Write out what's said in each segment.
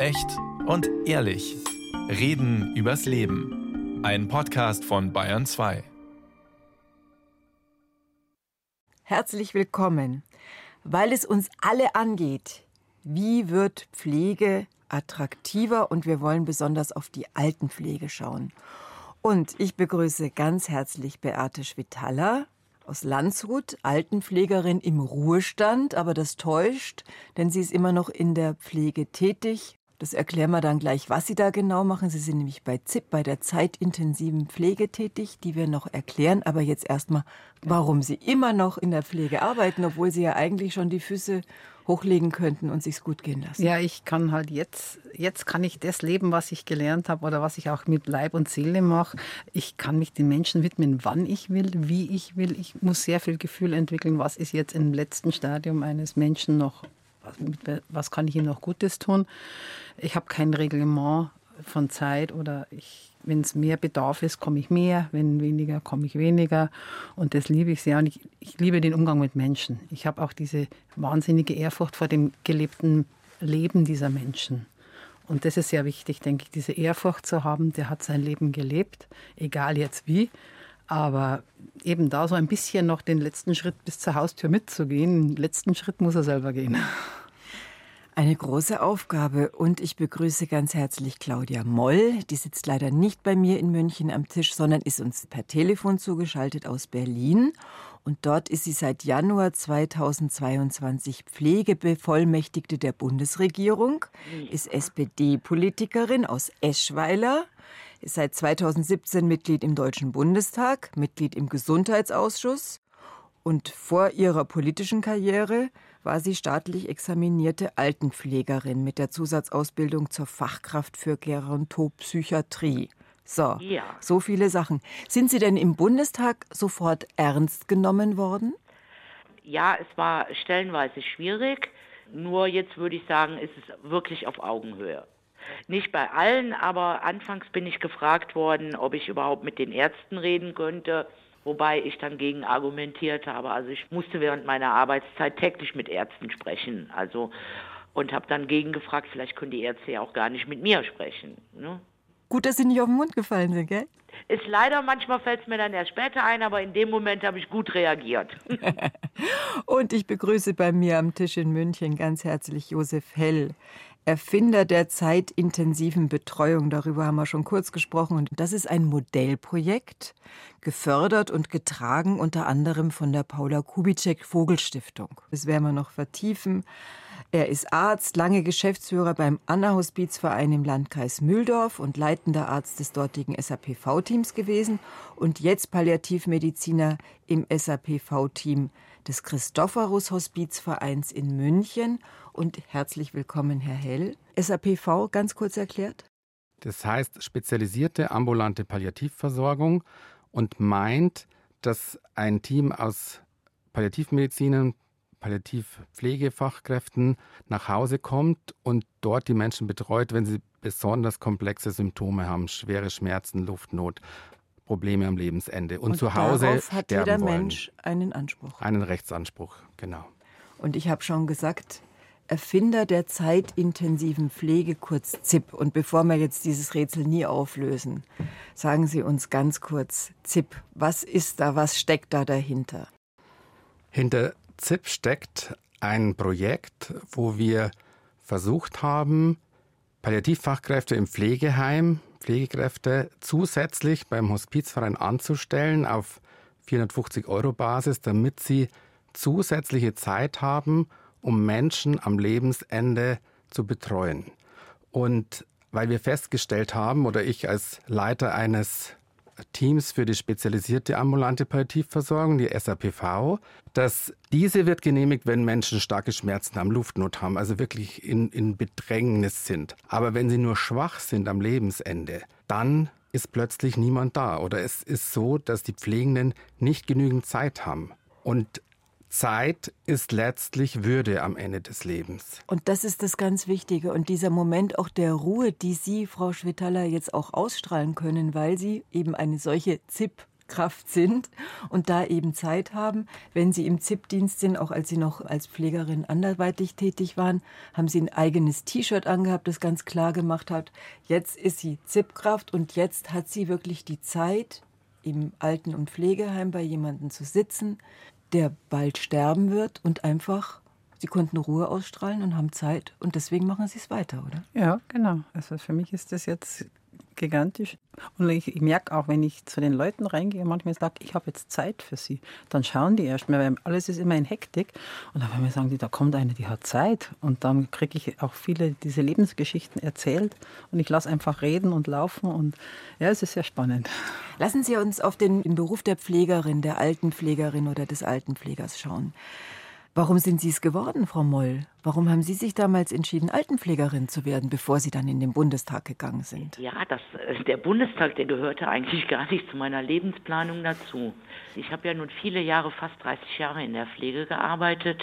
Echt und ehrlich. Reden übers Leben. Ein Podcast von Bayern 2. Herzlich willkommen. Weil es uns alle angeht, wie wird Pflege attraktiver? Und wir wollen besonders auf die Altenpflege schauen. Und ich begrüße ganz herzlich Beate Schwitala aus Landshut, Altenpflegerin im Ruhestand. Aber das täuscht, denn sie ist immer noch in der Pflege tätig. Das erklären wir dann gleich, was Sie da genau machen. Sie sind nämlich bei ZIP, bei der zeitintensiven Pflege tätig, die wir noch erklären. Aber jetzt erstmal, warum Sie immer noch in der Pflege arbeiten, obwohl Sie ja eigentlich schon die Füße hochlegen könnten und sich's gut gehen lassen. Ja, ich kann halt jetzt kann ich das leben, was ich gelernt habe oder was ich auch mit Leib und Seele mache. Ich kann mich den Menschen widmen, wann ich will, wie ich will. Ich muss sehr viel Gefühl entwickeln, was ist jetzt im letzten Stadium eines Menschen noch, was kann ich ihm noch Gutes tun. Ich habe kein Reglement von Zeit oder wenn es mehr Bedarf ist, komme ich mehr, wenn weniger, komme ich weniger. Und das liebe ich sehr. Und ich liebe den Umgang mit Menschen. Ich habe auch diese wahnsinnige Ehrfurcht vor dem gelebten Leben dieser Menschen. Und das ist sehr wichtig, denke ich, diese Ehrfurcht zu haben. Der hat sein Leben gelebt, egal jetzt wie. Aber eben da so ein bisschen noch den letzten Schritt bis zur Haustür mitzugehen, den letzten Schritt muss er selber gehen. Eine große Aufgabe und ich begrüße ganz herzlich Claudia Moll. Die sitzt leider nicht bei mir in München am Tisch, sondern ist uns per Telefon zugeschaltet aus Berlin. Und dort ist sie seit Januar 2022 Pflegebevollmächtigte der Bundesregierung, ist SPD-Politikerin aus Eschweiler, ist seit 2017 Mitglied im Deutschen Bundestag, Mitglied im Gesundheitsausschuss. Und vor ihrer politischen Karriere war sie staatlich examinierte Altenpflegerin mit der Zusatzausbildung zur Fachkraft für Gerontopsychiatrie. So viele Sachen. Sind Sie denn im Bundestag sofort ernst genommen worden? Ja, es war stellenweise schwierig. Nur jetzt würde ich sagen, ist es wirklich auf Augenhöhe. Nicht bei allen, aber anfangs bin ich gefragt worden, ob ich überhaupt mit den Ärzten reden könnte. Wobei ich dann gegen argumentiert habe. Also ich musste während meiner Arbeitszeit täglich mit Ärzten sprechen. Und habe dann gegengefragt, vielleicht können die Ärzte ja auch gar nicht mit mir sprechen. Ne? Gut, dass Sie nicht auf den Mund gefallen sind, gell? Ist leider, manchmal fällt es mir dann erst später ein, aber in dem Moment habe ich gut reagiert. Und ich begrüße bei mir am Tisch in München ganz herzlich Josef Hell, Erfinder der zeitintensiven Betreuung. Darüber haben wir schon kurz gesprochen. Und das ist ein Modellprojekt, gefördert und getragen unter anderem von der Paula-Kubitschek-Vogel-Stiftung. Das werden wir noch vertiefen. Er ist Arzt, lange Geschäftsführer beim Anna-Hospizverein im Landkreis Mühldorf und leitender Arzt des dortigen SAPV-Teams gewesen und jetzt Palliativmediziner im SAPV-Team des Christophorus-Hospizvereins in München. Und herzlich willkommen, Herr Hell. SAPV, ganz kurz erklärt? Das heißt spezialisierte ambulante Palliativversorgung und meint, dass ein Team aus Palliativmedizinern, Palliativpflegefachkräften nach Hause kommt und dort die Menschen betreut, wenn sie besonders komplexe Symptome haben, schwere Schmerzen, Luftnot, Probleme am Lebensende. Und zu Hause darauf hat jeder wollen. Mensch einen Anspruch. Einen Rechtsanspruch, genau. Und ich habe schon gesagt, Erfinder der zeitintensiven Pflege, kurz ZIP. Und bevor wir jetzt dieses Rätsel nie auflösen, sagen Sie uns ganz kurz, ZIP, was ist da, was steckt da dahinter? Hinter ZIP steckt ein Projekt, wo wir versucht haben, Palliativfachkräfte im Pflegeheim, Pflegekräfte zusätzlich beim Hospizverein anzustellen auf 450 € Basis, damit sie zusätzliche Zeit haben, um Menschen am Lebensende zu betreuen. Und weil wir festgestellt haben, oder ich als Leiter eines Teams für die spezialisierte ambulante Palliativversorgung, die SAPV, dass diese wird genehmigt, wenn Menschen starke Schmerzen haben, Luftnot haben, also wirklich in Bedrängnis sind. Aber wenn sie nur schwach sind am Lebensende, dann ist plötzlich niemand da. Oder es ist so, dass die Pflegenden nicht genügend Zeit haben. Und Zeit ist letztlich Würde am Ende des Lebens. Und das ist das ganz Wichtige. Und dieser Moment auch der Ruhe, die Sie, Frau Schwitala, jetzt auch ausstrahlen können, weil Sie eben eine solche ZIP Fachkraft sind und da eben Zeit haben. Wenn Sie im ZIP-Dienst sind, auch als Sie noch als Pflegerin anderweitig tätig waren, haben Sie ein eigenes T-Shirt angehabt, das ganz klar gemacht hat, jetzt ist sie ZIP-Kraft und jetzt hat sie wirklich die Zeit, im Alten- und Pflegeheim bei jemandem zu sitzen, der bald sterben wird und einfach, Sie konnten Ruhe ausstrahlen und haben Zeit und deswegen machen Sie es weiter, oder? Ja, genau. Also für mich ist das jetzt gigantisch. Und ich merke auch, wenn ich zu den Leuten reingehe und manchmal sage, ich habe jetzt Zeit für sie, dann schauen die erst mal, weil alles ist immer in Hektik. Und dann mir sagen die, da kommt eine, die hat Zeit. Und dann kriege ich auch viele diese Lebensgeschichten erzählt und ich lasse einfach reden und laufen. Und ja, es ist sehr spannend. Lassen Sie uns auf den Beruf der Pflegerin, der Altenpflegerin oder des Altenpflegers schauen. Warum sind Sie es geworden, Frau Moll? Warum haben Sie sich damals entschieden, Altenpflegerin zu werden, bevor Sie dann in den Bundestag gegangen sind? Ja, der Bundestag, der gehörte eigentlich gar nicht zu meiner Lebensplanung dazu. Ich habe ja nun viele Jahre, fast 30 Jahre in der Pflege gearbeitet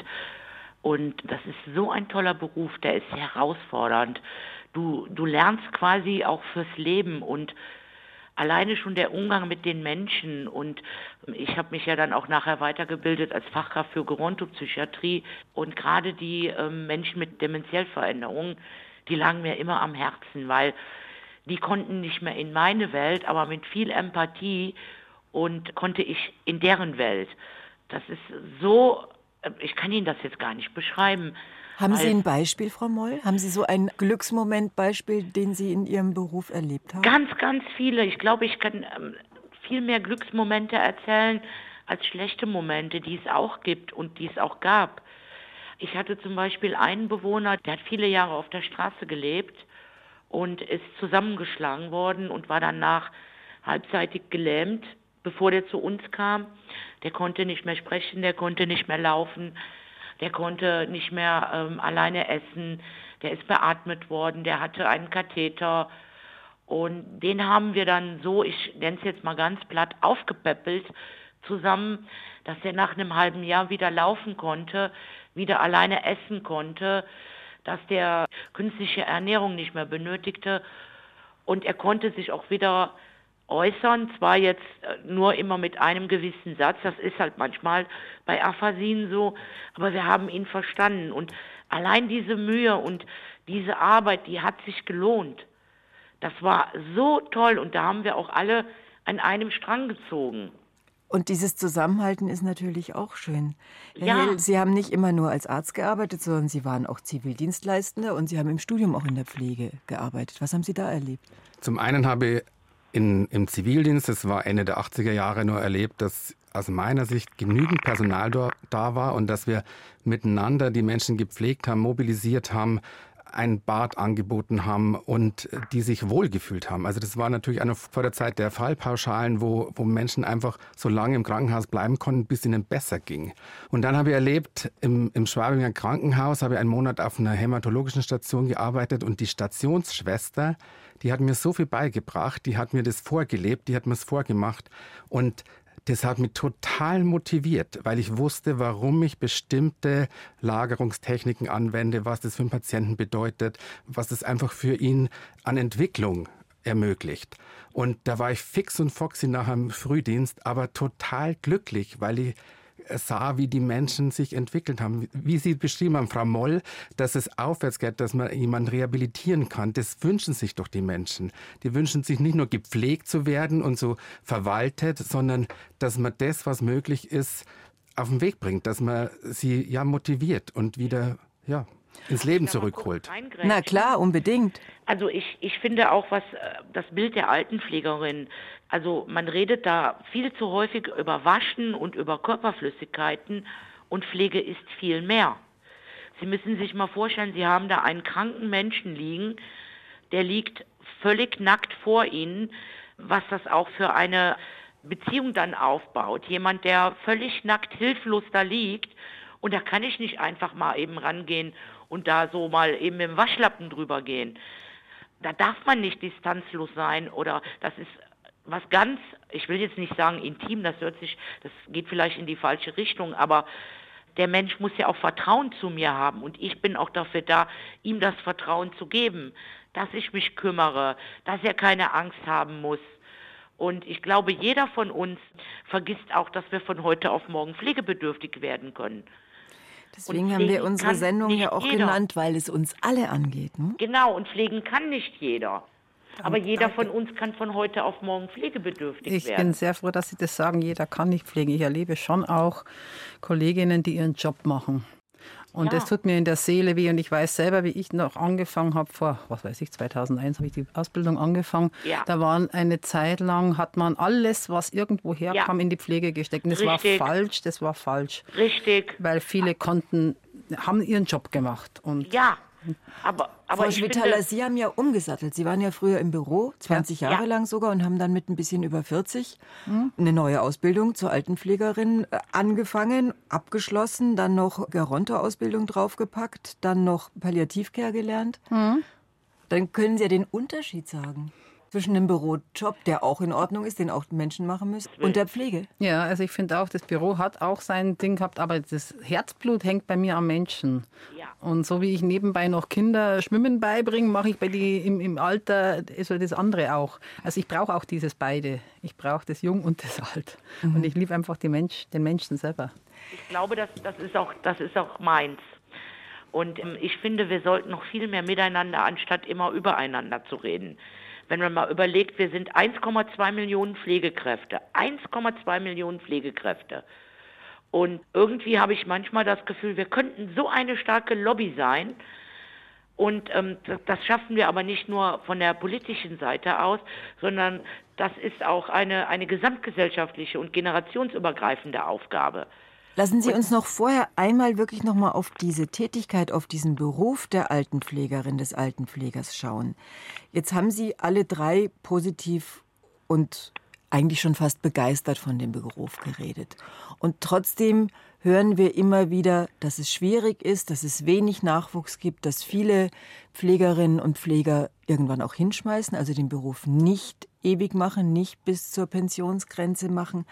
und das ist so ein toller Beruf, der ist herausfordernd. Du lernst quasi auch fürs Leben und alleine schon der Umgang mit den Menschen und ich habe mich ja dann auch nachher weitergebildet als Fachkraft für Gerontopsychiatrie und gerade die Menschen mit Dementiellveränderungen, die lagen mir immer am Herzen, weil die konnten nicht mehr in meine Welt, aber mit viel Empathie und konnte ich in deren Welt. Das ist so, ich kann Ihnen das jetzt gar nicht beschreiben. Haben Sie ein Beispiel, Frau Moll? Haben Sie so ein Glücksmoment-Beispiel, den Sie in Ihrem Beruf erlebt haben? Ganz, ganz viele. Ich glaube, ich kann viel mehr Glücksmomente erzählen als schlechte Momente, die es auch gibt und die es auch gab. Ich hatte zum Beispiel einen Bewohner, der hat viele Jahre auf der Straße gelebt und ist zusammengeschlagen worden und war danach halbseitig gelähmt, bevor der zu uns kam. Der konnte nicht mehr sprechen, der konnte nicht mehr laufen. Der konnte nicht mehr alleine essen, der ist beatmet worden, der hatte einen Katheter und den haben wir dann so, ich nenne es jetzt mal ganz platt, aufgepäppelt zusammen, dass er nach einem halben Jahr wieder laufen konnte, wieder alleine essen konnte, dass der künstliche Ernährung nicht mehr benötigte und er konnte sich auch wieder äußern, zwar jetzt nur immer mit einem gewissen Satz, das ist halt manchmal bei Aphasien so, aber wir haben ihn verstanden und allein diese Mühe und diese Arbeit, die hat sich gelohnt. Das war so toll und da haben wir auch alle an einem Strang gezogen. Und dieses Zusammenhalten ist natürlich auch schön. Herr Ja. Hehl, Sie haben nicht immer nur als Arzt gearbeitet, sondern Sie waren auch Zivildienstleistender und Sie haben im Studium auch in der Pflege gearbeitet. Was haben Sie da erlebt? Zum einen habe ich im Zivildienst, das war Ende der 80er Jahre, nur erlebt, dass aus meiner Sicht genügend Personal da war und dass wir miteinander die Menschen gepflegt haben, mobilisiert haben, ein Bad angeboten haben und die sich wohlgefühlt haben. Also das war natürlich auch noch vor der Zeit der Fallpauschalen, wo Menschen einfach so lange im Krankenhaus bleiben konnten, bis es ihnen besser ging. Und dann habe ich erlebt, im Schwabinger Krankenhaus habe ich einen Monat auf einer hämatologischen Station gearbeitet und die Stationsschwester, die hat mir so viel beigebracht, die hat mir das vorgelebt, die hat mir es vorgemacht und das hat mich total motiviert, weil ich wusste, warum ich bestimmte Lagerungstechniken anwende, was das für einen Patienten bedeutet, was das einfach für ihn an Entwicklung ermöglicht. Und da war ich fix und foxy nach einem Frühdienst, aber total glücklich, weil ich sah, wie die Menschen sich entwickelt haben. Wie Sie beschrieben haben, Frau Moll, dass es aufwärts geht, dass man jemanden rehabilitieren kann. Das wünschen sich doch die Menschen. Die wünschen sich nicht nur gepflegt zu werden und so verwaltet, sondern dass man das, was möglich ist, auf den Weg bringt, dass man sie ja motiviert und wieder ins Leben zurückholt. Na klar, unbedingt. Also ich finde auch, was das Bild der Altenpflegerin, also man redet da viel zu häufig über Waschen und über Körperflüssigkeiten und Pflege ist viel mehr. Sie müssen sich mal vorstellen, Sie haben da einen kranken Menschen liegen, der liegt völlig nackt vor Ihnen, was das auch für eine Beziehung dann aufbaut. Jemand, der völlig nackt, hilflos da liegt und da kann ich nicht einfach mal eben rangehen und da so mal eben mit dem Waschlappen drüber gehen. Da darf man nicht distanzlos sein oder das ist was ganz, ich will jetzt nicht sagen intim, das geht vielleicht in die falsche Richtung, aber der Mensch muss ja auch Vertrauen zu mir haben und ich bin auch dafür da, ihm das Vertrauen zu geben, dass ich mich kümmere, dass er keine Angst haben muss Und ich glaube, jeder von uns vergisst auch, dass wir von heute auf morgen pflegebedürftig werden können. Deswegen haben wir unsere Sendung ja auch genannt, weil es uns alle angeht. Ne? Genau, und pflegen kann nicht jeder. Aber jeder von uns kann von heute auf morgen pflegebedürftig werden. Ich bin sehr froh, dass Sie das sagen, jeder kann nicht pflegen. Ich erlebe schon auch Kolleginnen, die ihren Job machen. Und das tut mir in der Seele weh. Und ich weiß selber, wie ich noch angefangen habe, vor, 2001 habe ich die Ausbildung angefangen. Ja. Da waren eine Zeit lang, hat man alles, was irgendwo herkam, in die Pflege gesteckt. Und das war falsch. Richtig. Weil viele haben ihren Job gemacht. Und aber Frau Schwitaler, Sie haben ja umgesattelt. Sie waren ja früher im Büro, 20 Jahre lang sogar, und haben dann mit ein bisschen über 40 eine neue Ausbildung zur Altenpflegerin angefangen, abgeschlossen, dann noch Geronto-Ausbildung draufgepackt, dann noch Palliativcare gelernt. Dann können Sie ja den Unterschied sagen zwischen dem Bürojob, der auch in Ordnung ist, den auch Menschen machen müssen, und der Pflege. Ja, also ich finde auch, das Büro hat auch sein Ding gehabt, aber das Herzblut hängt bei mir am Menschen. Ja. Und so wie ich nebenbei noch Kinder Schwimmen beibringe, mache ich bei die im Alter also das andere auch. Also ich brauche auch dieses beide. Ich brauche das Jung und das Alt. Und ich liebe einfach den Menschen selber. Ich glaube, das ist auch meins. Und ich finde, wir sollten noch viel mehr miteinander, anstatt immer übereinander zu reden. Wenn man mal überlegt, wir sind 1,2 Millionen Pflegekräfte. 1,2 Millionen Pflegekräfte. Und irgendwie habe ich manchmal das Gefühl, wir könnten so eine starke Lobby sein. Und das schaffen wir aber nicht nur von der politischen Seite aus, sondern das ist auch eine gesamtgesellschaftliche und generationsübergreifende Aufgabe. Lassen Sie uns noch vorher einmal wirklich noch mal auf diese Tätigkeit, auf diesen Beruf der Altenpflegerin, des Altenpflegers schauen. Jetzt haben Sie alle drei positiv und eigentlich schon fast begeistert von dem Beruf geredet. Und trotzdem hören wir immer wieder, dass es schwierig ist, dass es wenig Nachwuchs gibt, dass viele Pflegerinnen und Pfleger irgendwann auch hinschmeißen, also den Beruf nicht ewig machen, nicht bis zur Pensionsgrenze machen.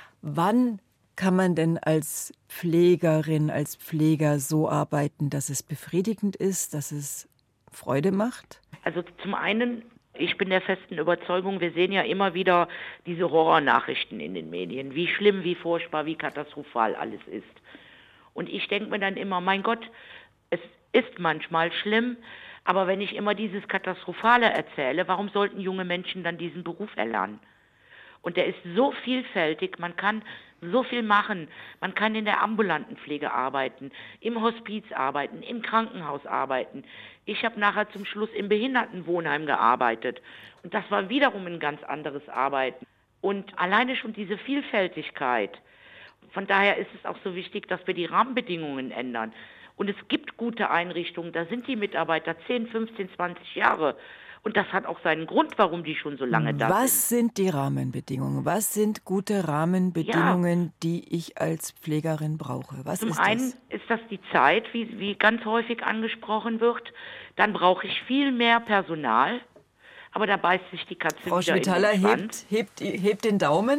Wann kann man denn als Pflegerin, als Pfleger so arbeiten, dass es befriedigend ist, dass es Freude macht? Also zum einen, ich bin der festen Überzeugung, wir sehen ja immer wieder diese Horrornachrichten in den Medien, wie schlimm, wie furchtbar, wie katastrophal alles ist. Und ich denke mir dann immer, mein Gott, es ist manchmal schlimm, aber wenn ich immer dieses Katastrophale erzähle, warum sollten junge Menschen dann diesen Beruf erlernen? Und der ist so vielfältig, man kann so viel machen. Man kann in der ambulanten Pflege arbeiten, im Hospiz arbeiten, im Krankenhaus arbeiten. Ich habe nachher zum Schluss im Behindertenwohnheim gearbeitet. Und das war wiederum ein ganz anderes Arbeiten. Und alleine schon diese Vielfältigkeit. Von daher ist es auch so wichtig, dass wir die Rahmenbedingungen ändern. Und es gibt gute Einrichtungen, da sind die Mitarbeiter 10, 15, 20 Jahre. Und das hat auch seinen Grund, warum die schon so lange da sind. Was sind die Rahmenbedingungen? Was sind gute Rahmenbedingungen, die ich als Pflegerin brauche? Was ist das? Zum einen ist das die Zeit, wie ganz häufig angesprochen wird. Dann brauche ich viel mehr Personal. Aber da beißt sich die Katze Frau wieder Schwitaler in den Schwanz. hebt den Daumen.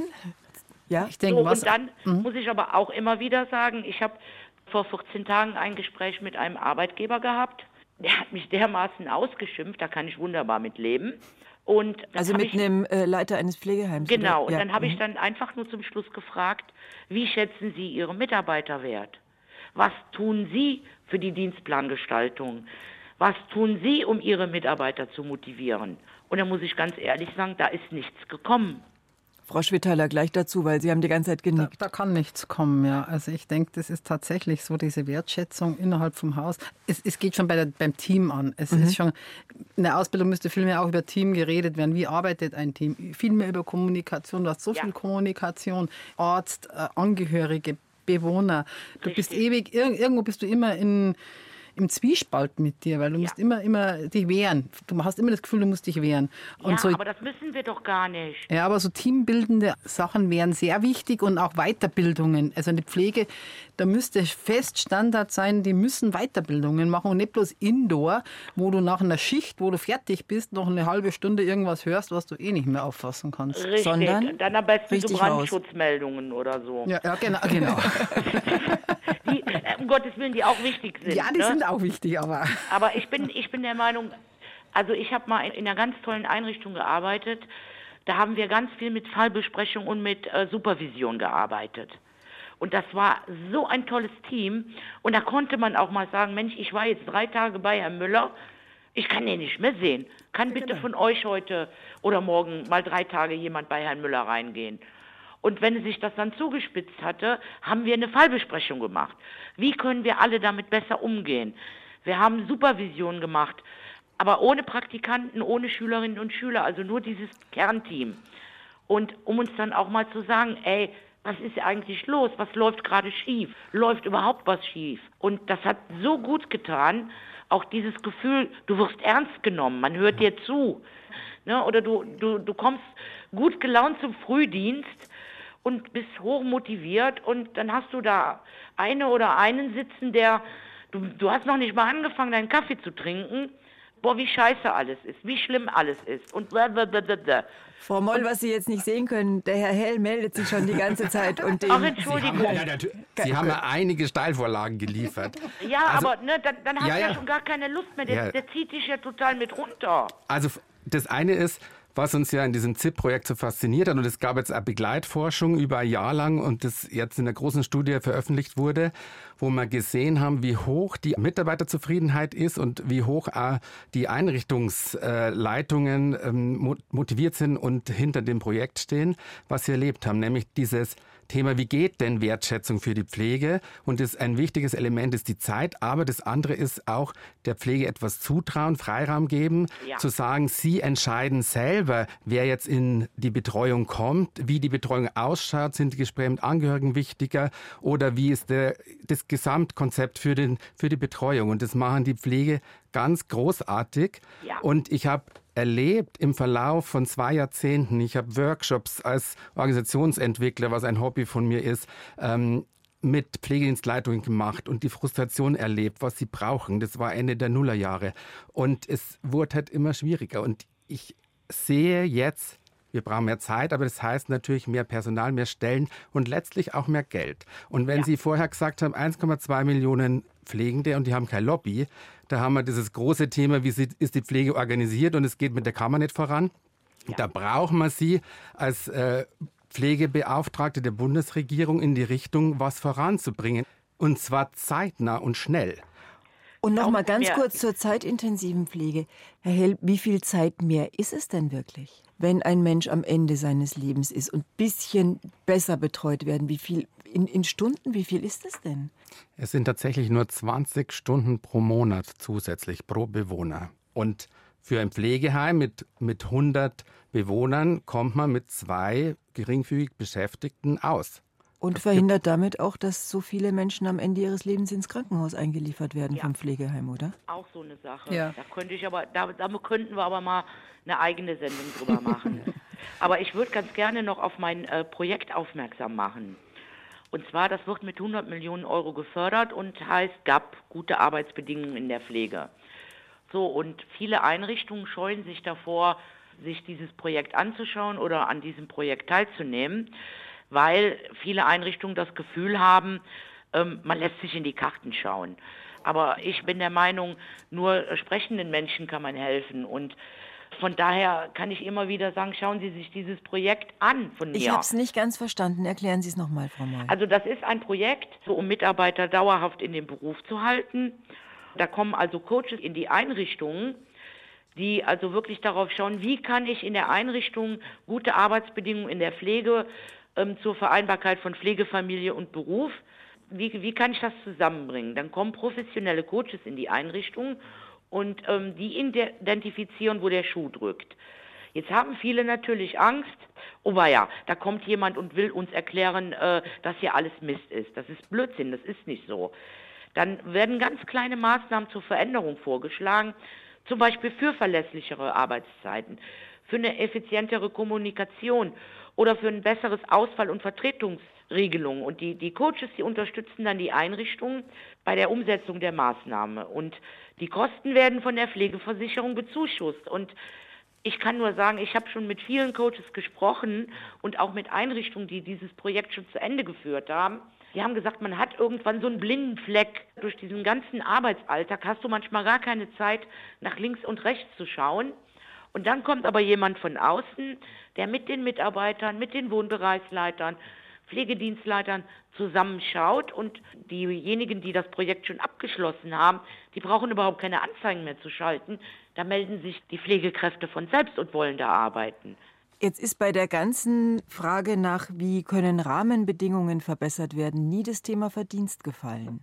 Ja, ich denke, und dann muss ich aber auch immer wieder sagen, ich habe vor 14 Tagen ein Gespräch mit einem Arbeitgeber gehabt. Der hat mich dermaßen ausgeschimpft, da kann ich wunderbar mit leben. Und also mit einem Leiter eines Pflegeheims? Genau, oder? Und dann habe ich dann einfach nur zum Schluss gefragt, wie schätzen Sie Ihre Mitarbeiterwert? Was tun Sie für die Dienstplangestaltung? Was tun Sie, um Ihre Mitarbeiter zu motivieren? Und da muss ich ganz ehrlich sagen, da ist nichts gekommen. Frau Schwitaler, gleich dazu, weil Sie haben die ganze Zeit genickt. Da kann nichts kommen, ja. Also ich denke, das ist tatsächlich so, diese Wertschätzung innerhalb vom Haus. Es geht schon beim Team an. Es ist schon, in der Ausbildung müsste viel mehr auch über Team geredet werden. Wie arbeitet ein Team? Viel mehr über Kommunikation. Du hast so viel Kommunikation. Arzt, Angehörige, Bewohner. Du bist ewig, irgendwo bist du immer im Zwiespalt mit dir, weil du musst immer dich wehren. Du hast immer das Gefühl, du musst dich wehren. Und ja, aber das müssen wir doch gar nicht. Ja, aber so teambildende Sachen wären sehr wichtig und auch Weiterbildungen. Also eine Pflege, da müsste fest Standard sein, die müssen Weiterbildungen machen und nicht bloß Indoor, wo du nach einer Schicht, wo du fertig bist, noch eine halbe Stunde irgendwas hörst, was du eh nicht mehr auffassen kannst. Richtig, sondern dann am besten so Brandschutzmeldungen oder so. Ja, genau. Die, um Gottes Willen, die auch wichtig sind. Ja, die sind auch wichtig, aber... Aber ich bin der Meinung, also ich habe mal in einer ganz tollen Einrichtung gearbeitet. Da haben wir ganz viel mit Fallbesprechung und mit Supervision gearbeitet. Und das war so ein tolles Team. Und da konnte man auch mal sagen, Mensch, ich war jetzt 3 Tage bei Herrn Müller, ich kann den nicht mehr sehen. Kann bitte von euch heute oder morgen mal 3 Tage jemand bei Herrn Müller reingehen? Und wenn sich das dann zugespitzt hatte, haben wir eine Fallbesprechung gemacht. Wie können wir alle damit besser umgehen? Wir haben Supervision gemacht, aber ohne Praktikanten, ohne Schülerinnen und Schüler, also nur dieses Kernteam. Und um uns dann auch mal zu sagen, ey, was ist eigentlich los? Was läuft gerade schief? Läuft überhaupt was schief? Und das hat so gut getan, auch dieses Gefühl, du wirst ernst genommen, man hört dir zu. Ne? Oder du kommst gut gelaunt zum Frühdienst und bist hochmotiviert und dann hast du da eine oder einen sitzen, der, du hast noch nicht mal angefangen, deinen Kaffee zu trinken. Boah, wie scheiße alles ist, wie schlimm alles ist und blablabla. Frau Moll, was Sie jetzt nicht sehen können, der Herr Hell meldet sich schon die ganze Zeit. Und Ach, Entschuldigung. Sie haben ja einige Steilvorlagen geliefert. Ja, also, aber ne, dann hast du ja schon gar keine Lust mehr. Der zieht dich ja total mit runter. Also das eine ist, was uns ja in diesem ZIP-Projekt so fasziniert hat, und es gab jetzt eine Begleitforschung über ein Jahr lang und das jetzt in einer großen Studie veröffentlicht wurde, wo wir gesehen haben, wie hoch die Mitarbeiterzufriedenheit ist und wie hoch die Einrichtungsleitungen motiviert sind und hinter dem Projekt stehen, was wir erlebt haben, nämlich dieses Thema, wie geht denn Wertschätzung für die Pflege? Und ein wichtiges Element ist die Zeit, aber das andere ist auch der Pflege etwas zutrauen, Freiraum geben, zu sagen, sie entscheiden selber, wer jetzt in die Betreuung kommt, wie die Betreuung ausschaut, sind die Gespräche mit Angehörigen wichtiger oder wie ist das Gesamtkonzept für die Betreuung. Und das machen die Pflege ganz großartig. Ja. Und ich habe erlebt im Verlauf von 2 Jahrzehnten, ich habe Workshops als Organisationsentwickler, was ein Hobby von mir ist, mit Pflegedienstleitungen gemacht und die Frustration erlebt, was sie brauchen. Das war Ende der Nullerjahre. Und es wurde halt immer schwieriger. Und ich sehe jetzt, wir brauchen mehr Zeit, aber das heißt natürlich mehr Personal, mehr Stellen und letztlich auch mehr Geld. Und wenn Sie vorher gesagt haben, 1,2 Millionen Pflegende und die haben kein Lobby, da haben wir dieses große Thema, wie ist die Pflege organisiert und es geht mit der Kammer nicht voran. Ja. Da brauchen wir Sie als Pflegebeauftragte der Bundesregierung in die Richtung, was voranzubringen. Und zwar zeitnah und schnell. Und noch mal ganz kurz zur zeitintensiven Pflege. Herr Hell, wie viel Zeit mehr ist es denn wirklich, wenn ein Mensch am Ende seines Lebens ist und ein bisschen besser betreut werden? Wie viel in Stunden, wie viel ist es denn? Es sind tatsächlich nur 20 Stunden pro Monat zusätzlich pro Bewohner. Und für ein Pflegeheim mit 100 Bewohnern kommt man mit 2 geringfügig Beschäftigten aus. Und verhindert damit auch, dass so viele Menschen am Ende ihres Lebens ins Krankenhaus eingeliefert werden vom Pflegeheim, oder? Auch so eine Sache. Ja. Da könnten wir aber mal eine eigene Sendung drüber machen. Aber ich würde ganz gerne noch auf mein Projekt aufmerksam machen. Und zwar, das wird mit 100 Millionen Euro gefördert und heißt GAP, gute Arbeitsbedingungen in der Pflege. So, und viele Einrichtungen scheuen sich davor, sich dieses Projekt anzuschauen oder an diesem Projekt teilzunehmen, weil viele Einrichtungen das Gefühl haben, man lässt sich in die Karten schauen. Aber ich bin der Meinung, nur sprechenden Menschen kann man helfen. Und von daher kann ich immer wieder sagen, schauen Sie sich dieses Projekt an von mir. Ich habe es nicht ganz verstanden. Erklären Sie es nochmal, Frau Moll. Also das ist ein Projekt, so um Mitarbeiter dauerhaft in den Beruf zu halten. Da kommen also Coaches in die Einrichtungen, die also wirklich darauf schauen, wie kann ich in der Einrichtung gute Arbeitsbedingungen in der Pflege zur Vereinbarkeit von Pflegefamilie und Beruf, wie kann ich das zusammenbringen? Dann kommen professionelle Coaches in die Einrichtung und die identifizieren, wo der Schuh drückt. Jetzt haben viele natürlich Angst, da kommt jemand und will uns erklären, dass hier alles Mist ist. Das ist Blödsinn, das ist nicht so. Dann werden ganz kleine Maßnahmen zur Veränderung vorgeschlagen, zum Beispiel für verlässlichere Arbeitszeiten, für eine effizientere Kommunikation oder für ein besseres Ausfall- und Vertretungsregelung. Und die Coaches, die unterstützen dann die Einrichtungen bei der Umsetzung der Maßnahme. Und die Kosten werden von der Pflegeversicherung bezuschusst. Und ich kann nur sagen, ich habe schon mit vielen Coaches gesprochen und auch mit Einrichtungen, die dieses Projekt schon zu Ende geführt haben. Die haben gesagt, man hat irgendwann so einen blinden Fleck. Durch diesen ganzen Arbeitsalltag hast du manchmal gar keine Zeit, nach links und rechts zu schauen. Und dann kommt aber jemand von außen, der mit den Mitarbeitern, mit den Wohnbereichsleitern, Pflegedienstleitern zusammenschaut und diejenigen, die das Projekt schon abgeschlossen haben, die brauchen überhaupt keine Anzeigen mehr zu schalten. Da melden sich die Pflegekräfte von selbst und wollen da arbeiten. Jetzt ist bei der ganzen Frage nach, wie können Rahmenbedingungen verbessert werden, nie das Thema Verdienst gefallen.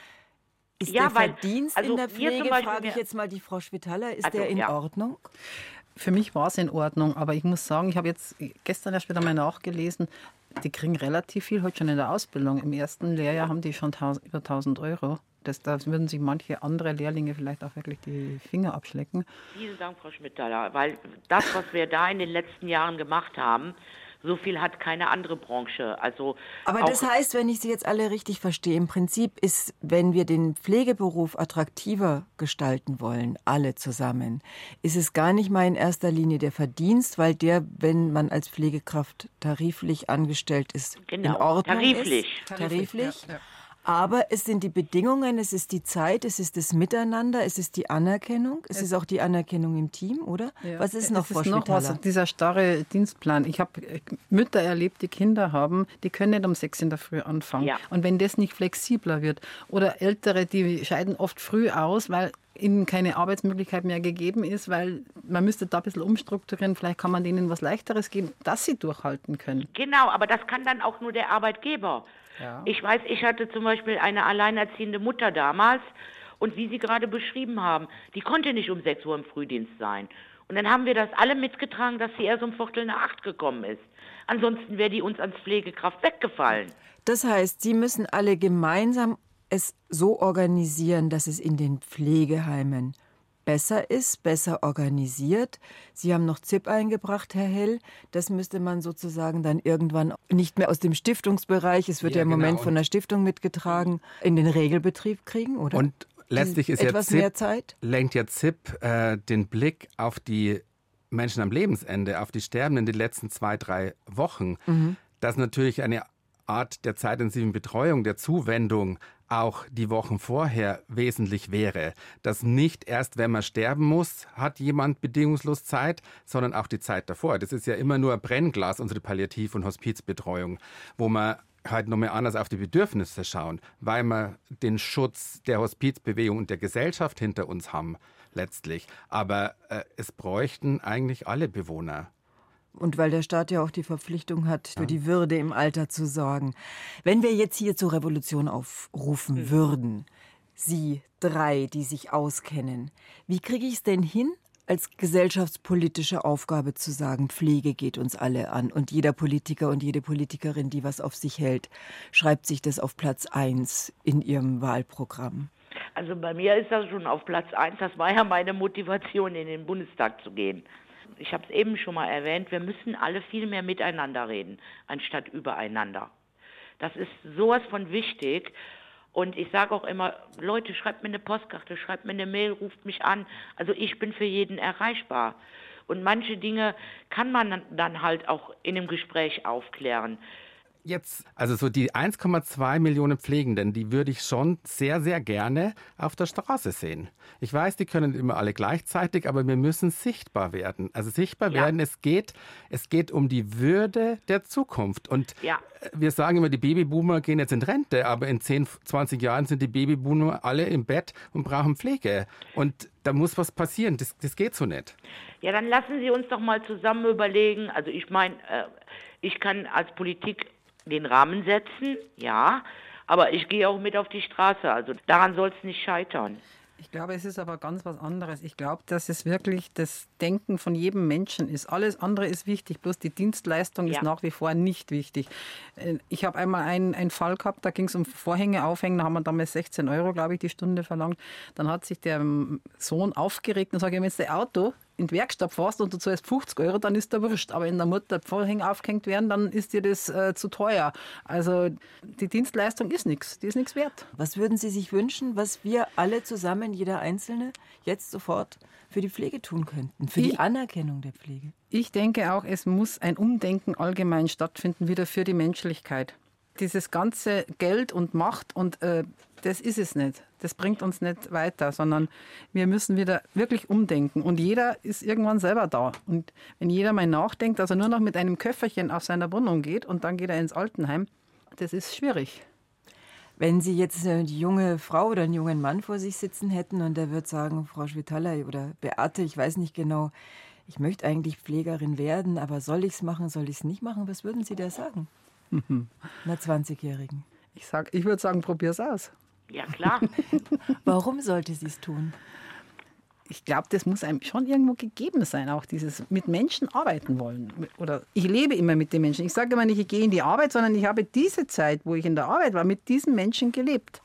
Ist der Verdienst in der Pflege, frage ich jetzt mal die Frau Schwitaler, ist der in Ordnung? Für mich war es in Ordnung, aber ich muss sagen, ich habe jetzt gestern erst wieder mal nachgelesen, die kriegen relativ viel heute schon in der Ausbildung. Im ersten Lehrjahr haben die schon über 1.000 Euro. Da würden sich manche andere Lehrlinge vielleicht auch wirklich die Finger abschlecken. Vielen Dank, Frau Schmittaler, weil das, was wir da in den letzten Jahren gemacht haben, so viel hat keine andere Branche. Aber das heißt, wenn ich Sie jetzt alle richtig verstehe, im Prinzip ist, wenn wir den Pflegeberuf attraktiver gestalten wollen, alle zusammen, ist es gar nicht mal in erster Linie der Verdienst, weil der, wenn man als Pflegekraft tariflich angestellt ist, in Ordnung ist. Tariflich. Ja. Aber es sind die Bedingungen, es ist die Zeit, es ist das Miteinander, es ist die Anerkennung, es ist auch die Anerkennung im Team, oder? Ja. Was ist noch, Frau Schwitaler? Dieser starre Dienstplan. Ich habe Mütter erlebt, die Kinder haben, die können nicht um 6 in der Früh anfangen. Ja. Und wenn das nicht flexibler wird, oder Ältere, die scheiden oft früh aus, weil ihnen keine Arbeitsmöglichkeit mehr gegeben ist, weil man müsste da ein bisschen umstrukturieren, vielleicht kann man denen was Leichteres geben, dass sie durchhalten können. Genau, aber das kann dann auch nur der Arbeitgeber. Ja. Ich weiß, ich hatte zum Beispiel eine alleinerziehende Mutter damals und wie Sie gerade beschrieben haben, die konnte nicht um 6 Uhr im Frühdienst sein. Und dann haben wir das alle mitgetragen, dass sie erst um 7:45 gekommen ist. Ansonsten wäre die uns als Pflegekraft weggefallen. Das heißt, Sie müssen alle gemeinsam es so organisieren, dass es in den Pflegeheimen besser ist, besser organisiert. Sie haben noch ZIP eingebracht, Herr Hell. Das müsste man sozusagen dann irgendwann nicht mehr aus dem Stiftungsbereich, es wird ja im Moment von der Stiftung mitgetragen, in den Regelbetrieb kriegen, oder? Und letztlich ist etwas mehr Zeit? Lenkt ja ZIP den Blick auf die Menschen am Lebensende, auf die Sterbenden in den letzten 2-3 Wochen. Das natürlich eine Art der zeitintensiven Betreuung, der Zuwendung auch die Wochen vorher wesentlich wäre. Dass nicht erst, wenn man sterben muss, hat jemand bedingungslos Zeit, sondern auch die Zeit davor. Das ist ja immer nur ein Brennglas, unsere Palliativ- und Hospizbetreuung, wo man halt nochmal anders auf die Bedürfnisse schauen, weil wir den Schutz der Hospizbewegung und der Gesellschaft hinter uns haben, letztlich. Aber es bräuchten eigentlich alle Bewohner. Und weil der Staat ja auch die Verpflichtung hat, für die Würde im Alter zu sorgen. Wenn wir jetzt hier zur Revolution aufrufen würden, Sie 3, die sich auskennen, wie kriege ich es denn hin, als gesellschaftspolitische Aufgabe zu sagen, Pflege geht uns alle an und jeder Politiker und jede Politikerin, die was auf sich hält, schreibt sich das auf Platz 1 in ihrem Wahlprogramm? Also bei mir ist das schon auf Platz 1. Das war ja meine Motivation, in den Bundestag zu gehen. Ich habe es eben schon mal erwähnt, wir müssen alle viel mehr miteinander reden, anstatt übereinander. Das ist sowas von wichtig. Und ich sage auch immer, Leute, schreibt mir eine Postkarte, schreibt mir eine Mail, ruft mich an. Also ich bin für jeden erreichbar. Und manche Dinge kann man dann halt auch in einem Gespräch aufklären. Jetzt, also so die 1,2 Millionen Pflegenden, die würde ich schon sehr, sehr gerne auf der Straße sehen. Ich weiß, die können immer alle gleichzeitig, aber wir müssen sichtbar werden. Also sichtbar werden, es geht um die Würde der Zukunft. Und wir sagen immer, die Babyboomer gehen jetzt in Rente, aber in 10, 20 Jahren sind die Babyboomer alle im Bett und brauchen Pflege. Und da muss was passieren, das geht so nicht. Ja, dann lassen Sie uns doch mal zusammen überlegen. Also ich meine, ich kann als Politik den Rahmen setzen, ja, aber ich gehe auch mit auf die Straße. Also daran soll es nicht scheitern. Ich glaube, es ist aber ganz was anderes. Ich glaube, dass es wirklich das Denken von jedem Menschen ist. Alles andere ist wichtig, bloß die Dienstleistung ist nach wie vor nicht wichtig. Ich habe einmal einen Fall gehabt, da ging es um Vorhänge aufhängen, da haben wir damals 16 Euro, glaube ich, die Stunde verlangt. Dann hat sich der Sohn aufgeregt und sagt, wenn jetzt der Auto in die Werkstatt fährst und du zahlst 50 Euro, dann ist der wurscht. Aber wenn der Mutter Vorhänge aufgehängt werden, dann ist dir das zu teuer. Also die Dienstleistung ist nichts, die ist nichts wert. Was würden Sie sich wünschen, was wir alle zusammen, jeder Einzelne, jetzt sofort für die Pflege tun könnten, für die Anerkennung der Pflege? Ich denke auch, es muss ein Umdenken allgemein stattfinden, wieder für die Menschlichkeit. Dieses ganze Geld und Macht und das ist es nicht. Das bringt uns nicht weiter, sondern wir müssen wieder wirklich umdenken. Und jeder ist irgendwann selber da. Und wenn jeder mal nachdenkt, dass er nur noch mit einem Köfferchen aus seiner Wohnung geht und dann geht er ins Altenheim, das ist schwierig. Wenn Sie jetzt eine junge Frau oder einen jungen Mann vor sich sitzen hätten und der wird sagen, Frau Schwitala oder Beate, ich weiß nicht genau, ich möchte eigentlich Pflegerin werden, aber soll ich es machen, soll ich es nicht machen? Was würden Sie da sagen? Einer 20-Jährigen. Ich würde sagen, probier's aus. Ja, klar. Warum sollte sie es tun? Ich glaube, das muss einem schon irgendwo gegeben sein, auch dieses mit Menschen arbeiten wollen. Oder ich lebe immer mit den Menschen. Ich sage immer nicht, ich gehe in die Arbeit, sondern ich habe diese Zeit, wo ich in der Arbeit war, mit diesen Menschen gelebt.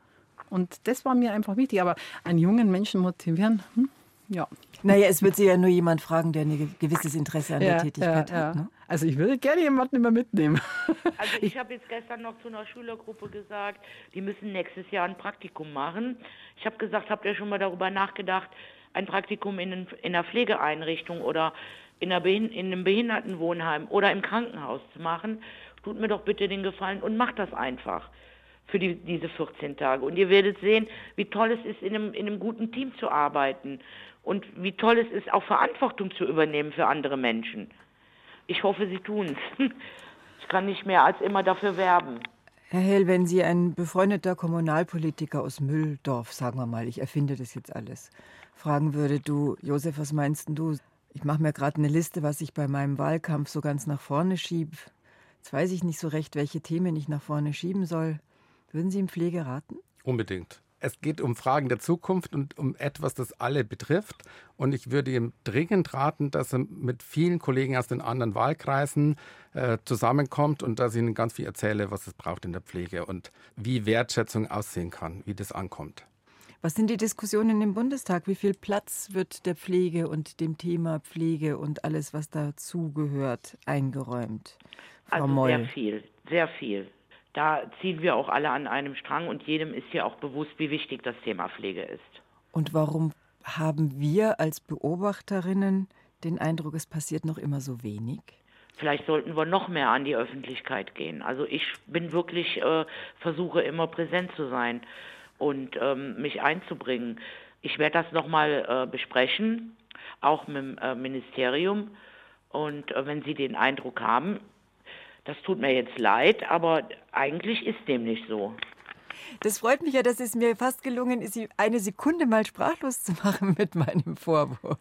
Und das war mir einfach wichtig. Aber einen jungen Menschen motivieren, ja. Naja, es wird Sie ja nur jemand fragen, der ein gewisses Interesse an der Tätigkeit hat. Ne? Also ich würde gerne jemanden immer mitnehmen. Also ich habe jetzt gestern noch zu einer Schülergruppe gesagt, die müssen nächstes Jahr ein Praktikum machen. Ich habe gesagt, habt ihr schon mal darüber nachgedacht, ein Praktikum in einer Pflegeeinrichtung oder in einem Behindertenwohnheim oder im Krankenhaus zu machen? Tut mir doch bitte den Gefallen und macht das einfach für diese 14 Tage. Und ihr werdet sehen, wie toll es ist, in einem guten Team zu arbeiten und wie toll es ist, auch Verantwortung zu übernehmen für andere Menschen. Ich hoffe, Sie tun es. Ich kann nicht mehr als immer dafür werben. Herr Hell, wenn Sie ein befreundeter Kommunalpolitiker aus Mülldorf, sagen wir mal, ich erfinde das jetzt alles, fragen würde, du, Josef, was meinst denn du? Ich mache mir gerade eine Liste, was ich bei meinem Wahlkampf so ganz nach vorne schiebe. Jetzt weiß ich nicht so recht, welche Themen ich nach vorne schieben soll. Würden Sie ihm Pflege raten? Unbedingt. Es geht um Fragen der Zukunft und um etwas, das alle betrifft. Und ich würde ihm dringend raten, dass er mit vielen Kollegen aus den anderen Wahlkreisen zusammenkommt und dass ich ihnen ganz viel erzähle, was es braucht in der Pflege und wie Wertschätzung aussehen kann, wie das ankommt. Was sind die Diskussionen im Bundestag? Wie viel Platz wird der Pflege und dem Thema Pflege und alles, was dazugehört, eingeräumt? Frau Moll. Sehr viel, sehr viel. Da ziehen wir auch alle an einem Strang und jedem ist hier auch bewusst, wie wichtig das Thema Pflege ist. Und warum haben wir als Beobachterinnen den Eindruck, es passiert noch immer so wenig? Vielleicht sollten wir noch mehr an die Öffentlichkeit gehen. Also ich bin wirklich, versuche immer präsent zu sein und mich einzubringen. Ich werde das nochmal besprechen, auch mit dem Ministerium. Und wenn Sie den Eindruck haben, das tut mir jetzt leid, aber eigentlich ist dem nicht so. Das freut mich ja, dass es mir fast gelungen ist, Sie eine Sekunde mal sprachlos zu machen mit meinem Vorwurf.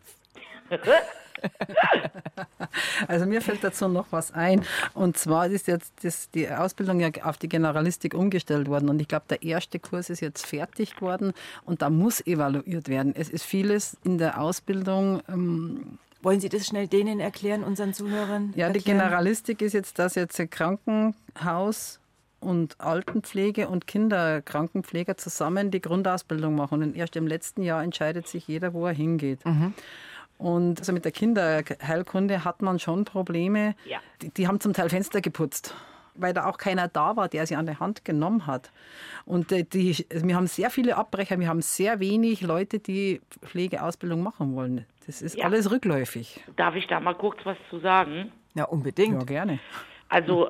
Also mir fällt dazu noch was ein. Und zwar ist jetzt die Ausbildung ja auf die Generalistik umgestellt worden. Und ich glaube, der erste Kurs ist jetzt fertig geworden. Und da muss evaluiert werden. Es ist vieles in der Ausbildung. Wollen Sie das schnell denen erklären, unseren Zuhörern? Ja, die Generalistik ist jetzt, dass jetzt Krankenhaus und Altenpflege und Kinderkrankenpfleger zusammen die Grundausbildung machen. Und erst im letzten Jahr entscheidet sich jeder, wo er hingeht. Mhm. Und also mit der Kinderheilkunde hat man schon Probleme. Ja. Die haben zum Teil Fenster geputzt, weil da auch keiner da war, der sie an der Hand genommen hat. Und wir haben sehr viele Abbrecher, wir haben sehr wenig Leute, die Pflegeausbildung machen wollen. Das ist alles rückläufig. Darf ich da mal kurz was zu sagen? Ja, unbedingt. Ja, gerne. Also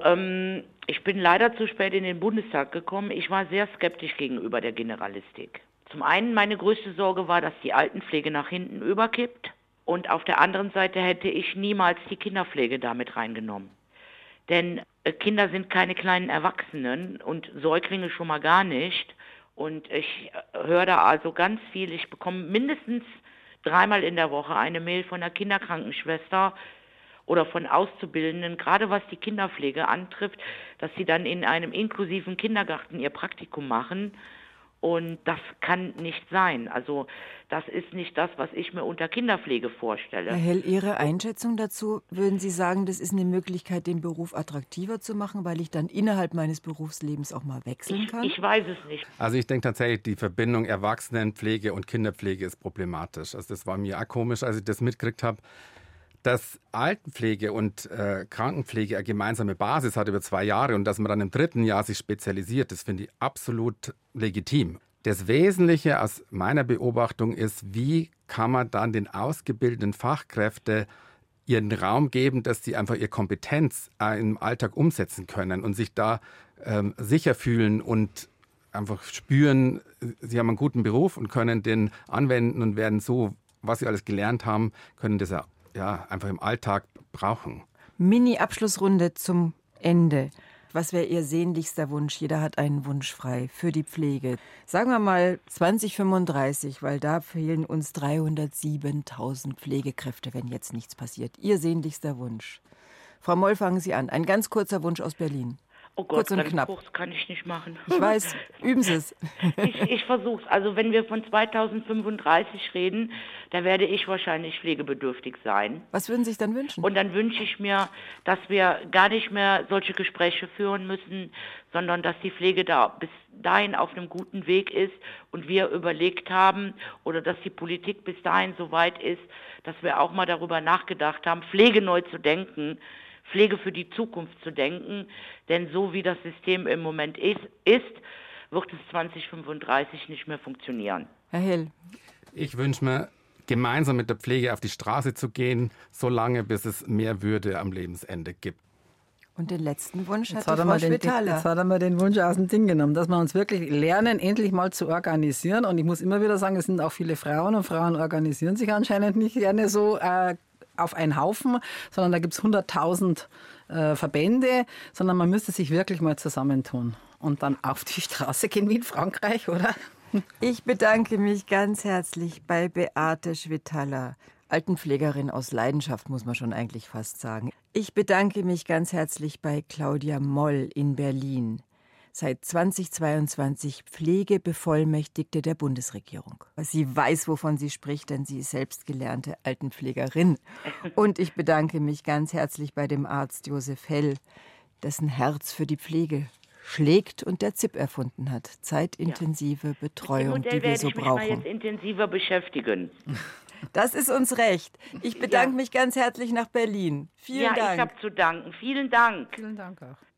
ich bin leider zu spät in den Bundestag gekommen. Ich war sehr skeptisch gegenüber der Generalistik. Zum einen, meine größte Sorge war, dass die Altenpflege nach hinten überkippt. Und auf der anderen Seite hätte ich niemals die Kinderpflege damit reingenommen. Denn Kinder sind keine kleinen Erwachsenen und Säuglinge schon mal gar nicht. Und ich höre da also ganz viel. Ich bekomme mindestens 3-mal in der Woche eine Mail von einer Kinderkrankenschwester oder von Auszubildenden, gerade was die Kinderpflege antrifft, dass sie dann in einem inklusiven Kindergarten ihr Praktikum machen. Und das kann nicht sein. Also das ist nicht das, was ich mir unter Kinderpflege vorstelle. Herr Hell, Ihre Einschätzung dazu, würden Sie sagen, das ist eine Möglichkeit, den Beruf attraktiver zu machen, weil ich dann innerhalb meines Berufslebens auch mal wechseln kann? Ich weiß es nicht. Also ich denke tatsächlich, die Verbindung Erwachsenenpflege und Kinderpflege ist problematisch. Also das war mir auch komisch, als ich das mitgekriegt habe. Dass Altenpflege und Krankenpflege eine gemeinsame Basis hat über 2 Jahre und dass man dann im 3. Jahr sich spezialisiert, das finde ich absolut legitim. Das Wesentliche aus meiner Beobachtung ist, wie kann man dann den ausgebildeten Fachkräften ihren Raum geben, dass sie einfach ihre Kompetenz im Alltag umsetzen können und sich da sicher fühlen und einfach spüren, sie haben einen guten Beruf und können den anwenden und werden so, was sie alles gelernt haben, können das ja einfach im Alltag brauchen. Mini-Abschlussrunde zum Ende. Was wäre Ihr sehnlichster Wunsch? Jeder hat einen Wunsch frei für die Pflege. Sagen wir mal 2035, weil da fehlen uns 307.000 Pflegekräfte, wenn jetzt nichts passiert. Ihr sehnlichster Wunsch. Frau Moll, fangen Sie an. Ein ganz kurzer Wunsch aus Berlin. Oh Gott, kurz und knapp. Kurz kann ich nicht machen. Ich weiß, üben Sie es. Ich versuche es. Also wenn wir von 2035 reden, da werde ich wahrscheinlich pflegebedürftig sein. Was würden Sie sich dann wünschen? Und dann wünsche ich mir, dass wir gar nicht mehr solche Gespräche führen müssen, sondern dass die Pflege da bis dahin auf einem guten Weg ist und wir überlegt haben oder dass die Politik bis dahin so weit ist, dass wir auch mal darüber nachgedacht haben, Pflege neu zu denken, Pflege für die Zukunft zu denken, denn so wie das System im Moment ist, wird es 2035 nicht mehr funktionieren. Herr Hill. Ich wünsche mir, gemeinsam mit der Pflege auf die Straße zu gehen, solange bis es mehr Würde am Lebensende gibt. Und den letzten Wunsch hat Jetzt hat er mal den Wunsch aus dem Ding genommen, dass wir uns wirklich lernen, endlich mal zu organisieren. Und ich muss immer wieder sagen, es sind auch viele Frauen und Frauen organisieren sich anscheinend nicht gerne so auf einen Haufen, sondern da gibt es 100.000 Verbände, sondern man müsste sich wirklich mal zusammentun und dann auf die Straße gehen wie in Frankreich, oder? Ich bedanke mich ganz herzlich bei Beate Schwitaler, Altenpflegerin aus Leidenschaft, muss man schon eigentlich fast sagen. Ich bedanke mich ganz herzlich bei Claudia Moll in Berlin. Seit 2022 Pflegebevollmächtigte der Bundesregierung. Sie weiß, wovon sie spricht, denn sie ist selbst gelernte Altenpflegerin. Und ich bedanke mich ganz herzlich bei dem Arzt Josef Hell, dessen Herz für die Pflege schlägt und der ZIP erfunden hat. Zeitintensive Betreuung, die wir so brauchen. Mit dem Modell werde ich mich mal jetzt intensiver beschäftigen. Das ist uns recht. Ich bedanke mich ganz herzlich nach Berlin. Vielen Dank. Ja, ich habe zu danken. Vielen Dank. Vielen Dank auch.